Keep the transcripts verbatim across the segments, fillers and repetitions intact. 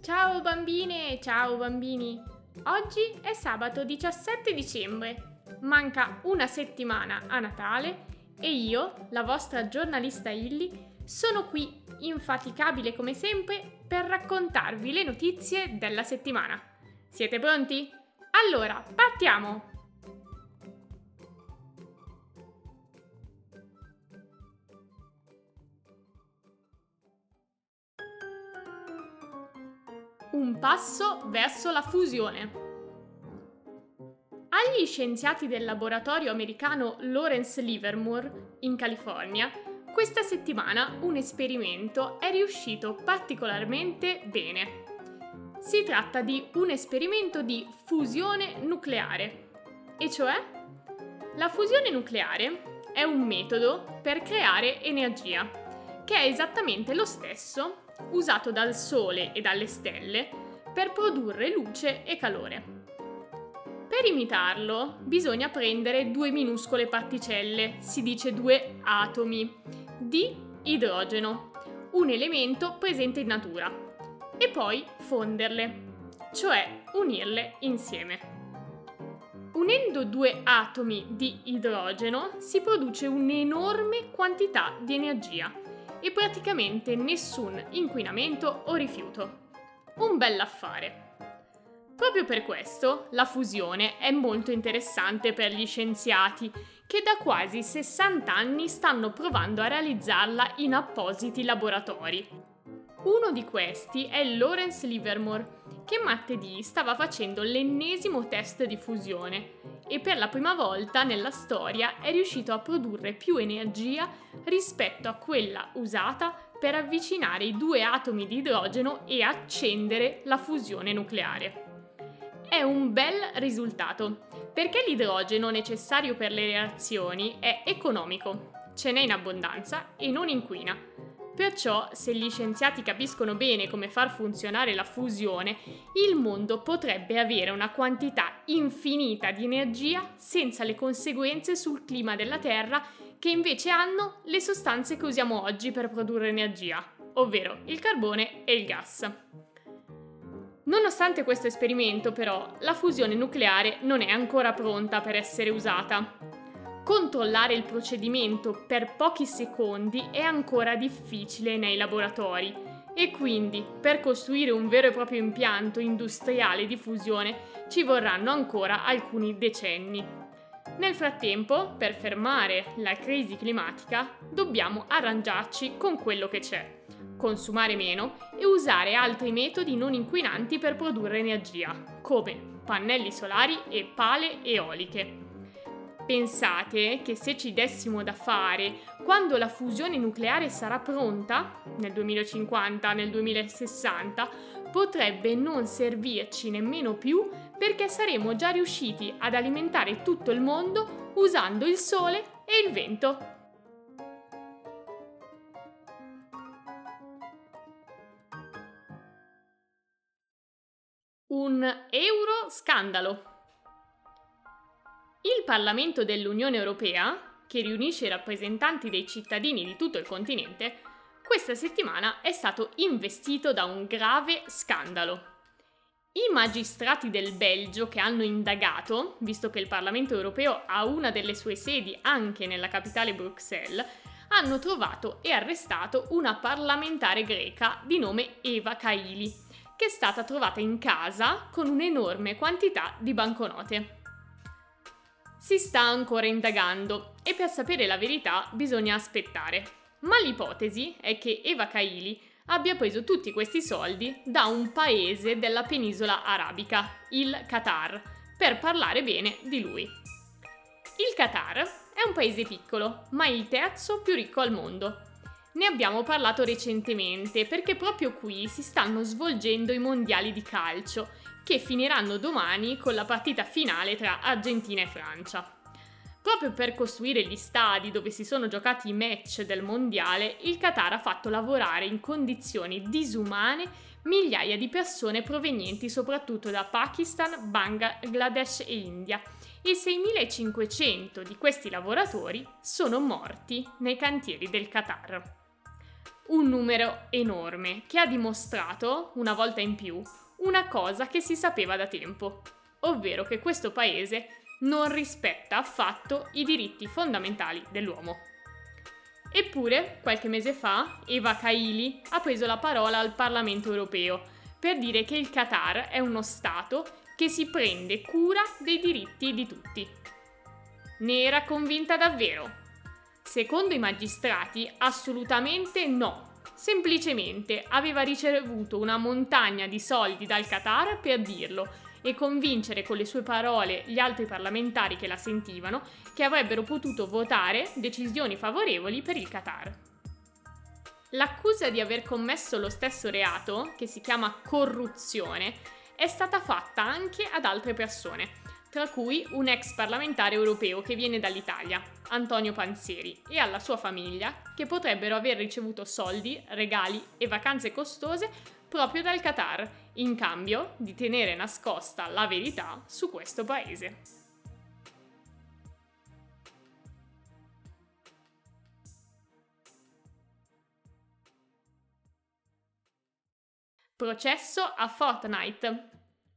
Ciao bambine, ciao bambini! Oggi è sabato diciassette dicembre. Manca una settimana a Natale e io, la vostra giornalista Illy, sono qui, infaticabile come sempre, per raccontarvi le notizie della settimana. Siete pronti? Allora, partiamo! Un passo verso la fusione. Agli scienziati del laboratorio americano Lawrence Livermore, in California, questa settimana un esperimento è riuscito particolarmente bene. Si tratta di un esperimento di fusione nucleare. E cioè? La fusione nucleare è un metodo per creare energia, che è esattamente lo stesso usato dal Sole e dalle stelle per produrre luce e calore. Per imitarlo bisogna prendere due minuscole particelle, si dice due atomi, di idrogeno, un elemento presente in natura, e poi fonderle, cioè unirle insieme. Unendo due atomi di idrogeno si produce un'enorme quantità di energia e praticamente nessun inquinamento o rifiuto. Un bell'affare. Proprio per questo la fusione è molto interessante per gli scienziati che da quasi sessanta anni stanno provando a realizzarla in appositi laboratori. Uno di questi è Lawrence Livermore, che martedì stava facendo l'ennesimo test di fusione e per la prima volta nella storia è riuscito a produrre più energia rispetto a quella usata per avvicinare i due atomi di idrogeno e accendere la fusione nucleare. È un bel risultato, perché l'idrogeno necessario per le reazioni è economico, ce n'è in abbondanza e non inquina. Perciò, se gli scienziati capiscono bene come far funzionare la fusione, il mondo potrebbe avere una quantità infinita di energia senza le conseguenze sul clima della Terra che invece hanno le sostanze che usiamo oggi per produrre energia, ovvero il carbone e il gas. Nonostante questo esperimento, però, la fusione nucleare non è ancora pronta per essere usata. Controllare il procedimento per pochi secondi è ancora difficile nei laboratori e quindi per costruire un vero e proprio impianto industriale di fusione ci vorranno ancora alcuni decenni. Nel frattempo, per fermare la crisi climatica, dobbiamo arrangiarci con quello che c'è, consumare meno e usare altri metodi non inquinanti per produrre energia, come pannelli solari e pale eoliche. Pensate che se ci dessimo da fare, quando la fusione nucleare sarà pronta, nel duemilacinquanta, nel duemilasessanta, potrebbe non servirci nemmeno più perché saremo già riusciti ad alimentare tutto il mondo usando il sole e il vento. Un euro scandalo. Il Parlamento dell'Unione Europea, che riunisce i rappresentanti dei cittadini di tutto il continente, questa settimana è stato investito da un grave scandalo. I magistrati del Belgio che hanno indagato, visto che il Parlamento Europeo ha una delle sue sedi anche nella capitale Bruxelles, hanno trovato e arrestato una parlamentare greca di nome Eva Kaili, che è stata trovata in casa con un'enorme quantità di banconote. Si sta ancora indagando e per sapere la verità bisogna aspettare, ma l'ipotesi è che Eva Kaili abbia preso tutti questi soldi da un paese della penisola arabica, il Qatar, per parlare bene di lui. Il Qatar è un paese piccolo, ma il terzo più ricco al mondo. Ne abbiamo parlato recentemente perché proprio qui si stanno svolgendo i mondiali di calcio, che finiranno domani con la partita finale tra Argentina e Francia. Proprio per costruire gli stadi dove si sono giocati i match del mondiale, il Qatar ha fatto lavorare in condizioni disumane migliaia di persone provenienti soprattutto da Pakistan, Bangladesh e India, e seimilacinquecento di questi lavoratori sono morti nei cantieri del Qatar. Un numero enorme che ha dimostrato, una volta in più, una cosa che si sapeva da tempo, ovvero che questo paese non rispetta affatto i diritti fondamentali dell'uomo. Eppure, qualche mese fa, Eva Kaili ha preso la parola al Parlamento europeo per dire che il Qatar è uno Stato che si prende cura dei diritti di tutti. Ne era convinta davvero? Secondo i magistrati, assolutamente no. Semplicemente aveva ricevuto una montagna di soldi dal Qatar per dirlo e convincere con le sue parole gli altri parlamentari che la sentivano che avrebbero potuto votare decisioni favorevoli per il Qatar. L'accusa di aver commesso lo stesso reato, che si chiama corruzione, è stata fatta anche ad altre persone, tra cui un ex parlamentare europeo che viene dall'Italia, Antonio Panzeri, e alla sua famiglia, che potrebbero aver ricevuto soldi, regali e vacanze costose proprio dal Qatar, in cambio di tenere nascosta la verità su questo paese. Processo a Fortnite.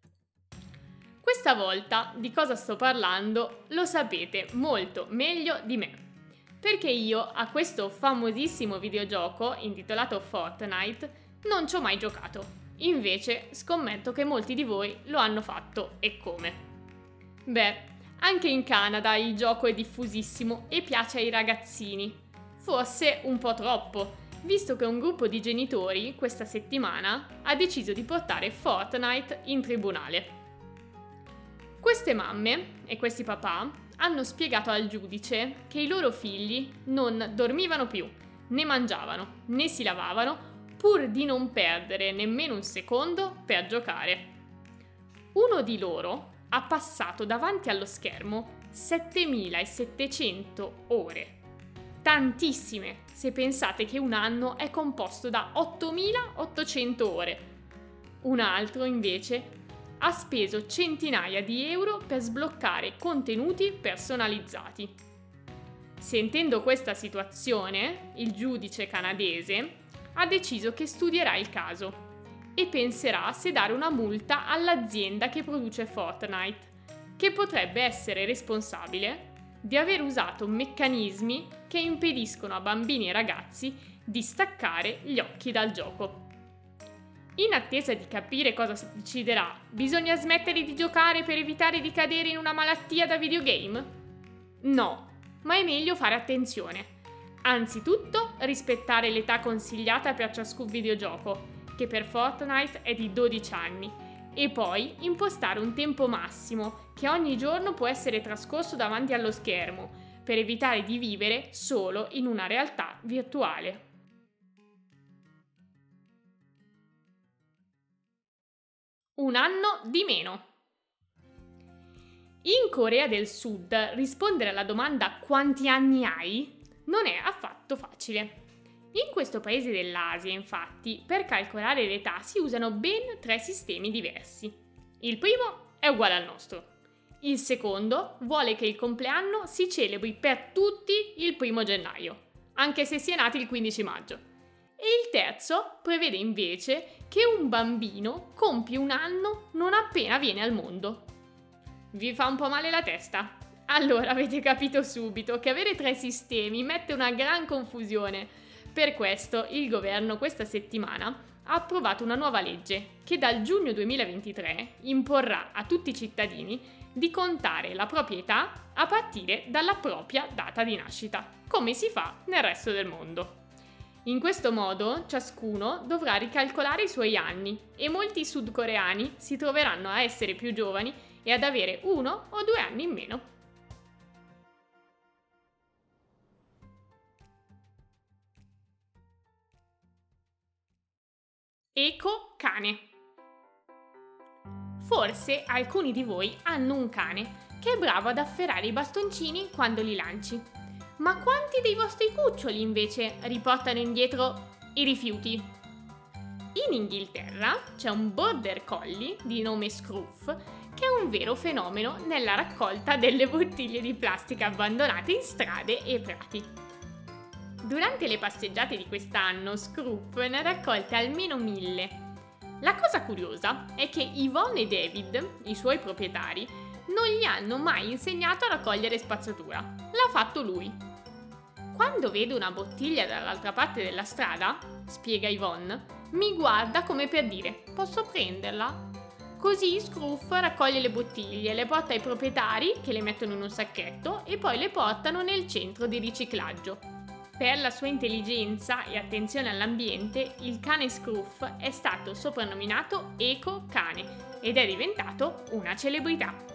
Questa volta di cosa sto parlando lo sapete molto meglio di me, perché io a questo famosissimo videogioco intitolato Fortnite non ci ho mai giocato. Invece scommetto che molti di voi lo hanno fatto e come. Beh, anche in Canada il gioco è diffusissimo e piace ai ragazzini. Forse un po' troppo, visto che un gruppo di genitori questa settimana ha deciso di portare Fortnite in tribunale. Queste mamme e questi papà hanno spiegato al giudice che i loro figli non dormivano più, né mangiavano, né si lavavano, pur di non perdere nemmeno un secondo per giocare. Uno di loro ha passato davanti allo schermo settemilasettecento ore. Tantissime, se pensate che un anno è composto da ottomilaottocento ore. Un altro, invece, ha speso centinaia di euro per sbloccare contenuti personalizzati. Sentendo questa situazione, il giudice canadese ha deciso che studierà il caso e penserà se dare una multa all'azienda che produce Fortnite, che potrebbe essere responsabile di aver usato meccanismi che impediscono a bambini e ragazzi di staccare gli occhi dal gioco. In attesa di capire cosa si deciderà, bisogna smettere di giocare per evitare di cadere in una malattia da videogame? No, ma è meglio fare attenzione. Anzitutto, rispettare l'età consigliata per ciascun videogioco, che per Fortnite è di dodici anni, e poi impostare un tempo massimo che ogni giorno può essere trascorso davanti allo schermo, per evitare di vivere solo in una realtà virtuale. Un anno di meno. In Corea del Sud rispondere alla domanda "quanti anni hai?" non è affatto facile. In questo paese dell'Asia, infatti, per calcolare l'età si usano ben tre sistemi diversi. Il primo è uguale al nostro. Il secondo vuole che il compleanno si celebri per tutti il primo gennaio, anche se si è nati il quindici maggio. E il terzo prevede invece che un bambino compie un anno non appena viene al mondo. Vi fa un po' male la testa? Allora avete capito subito che avere tre sistemi mette una gran confusione. Per questo il governo questa settimana ha approvato una nuova legge che dal giugno duemilaventitré imporrà a tutti i cittadini di contare la propria età a partire dalla propria data di nascita, come si fa nel resto del mondo. In questo modo ciascuno dovrà ricalcolare i suoi anni e molti sudcoreani si troveranno a essere più giovani e ad avere uno o due anni in meno. Eco cane. Forse alcuni di voi hanno un cane che è bravo ad afferrare i bastoncini quando li lanci. Ma quanti dei vostri cuccioli invece riportano indietro i rifiuti? In Inghilterra c'è un border collie di nome Scruff che è un vero fenomeno nella raccolta delle bottiglie di plastica abbandonate in strade e prati. Durante le passeggiate di quest'anno, Scroof ne ha raccolte almeno mille. La cosa curiosa è che Yvonne e David, i suoi proprietari, non gli hanno mai insegnato a raccogliere spazzatura. L'ha fatto lui. Quando vedo una bottiglia dall'altra parte della strada, spiega Yvonne, mi guarda come per dire: posso prenderla? Così Scroof raccoglie le bottiglie, le porta ai proprietari che le mettono in un sacchetto e poi le portano nel centro di riciclaggio. Per la sua intelligenza e attenzione all'ambiente, il cane Scroof è stato soprannominato Eco Cane ed è diventato una celebrità.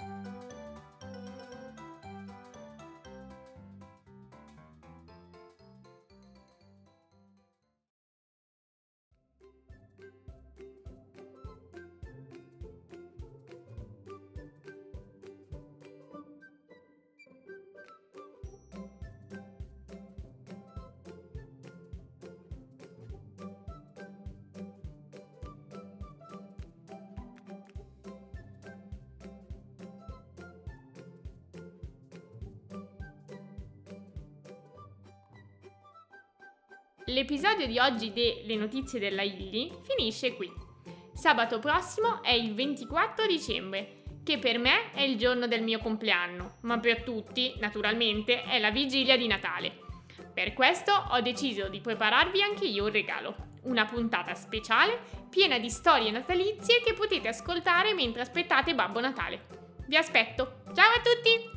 L'episodio di oggi de Le notizie della Illy finisce qui. Sabato prossimo è il ventiquattro dicembre, che per me è il giorno del mio compleanno, ma per tutti, naturalmente, è la vigilia di Natale. Per questo ho deciso di prepararvi anche io un regalo, una puntata speciale piena di storie natalizie che potete ascoltare mentre aspettate Babbo Natale. Vi aspetto! Ciao a tutti!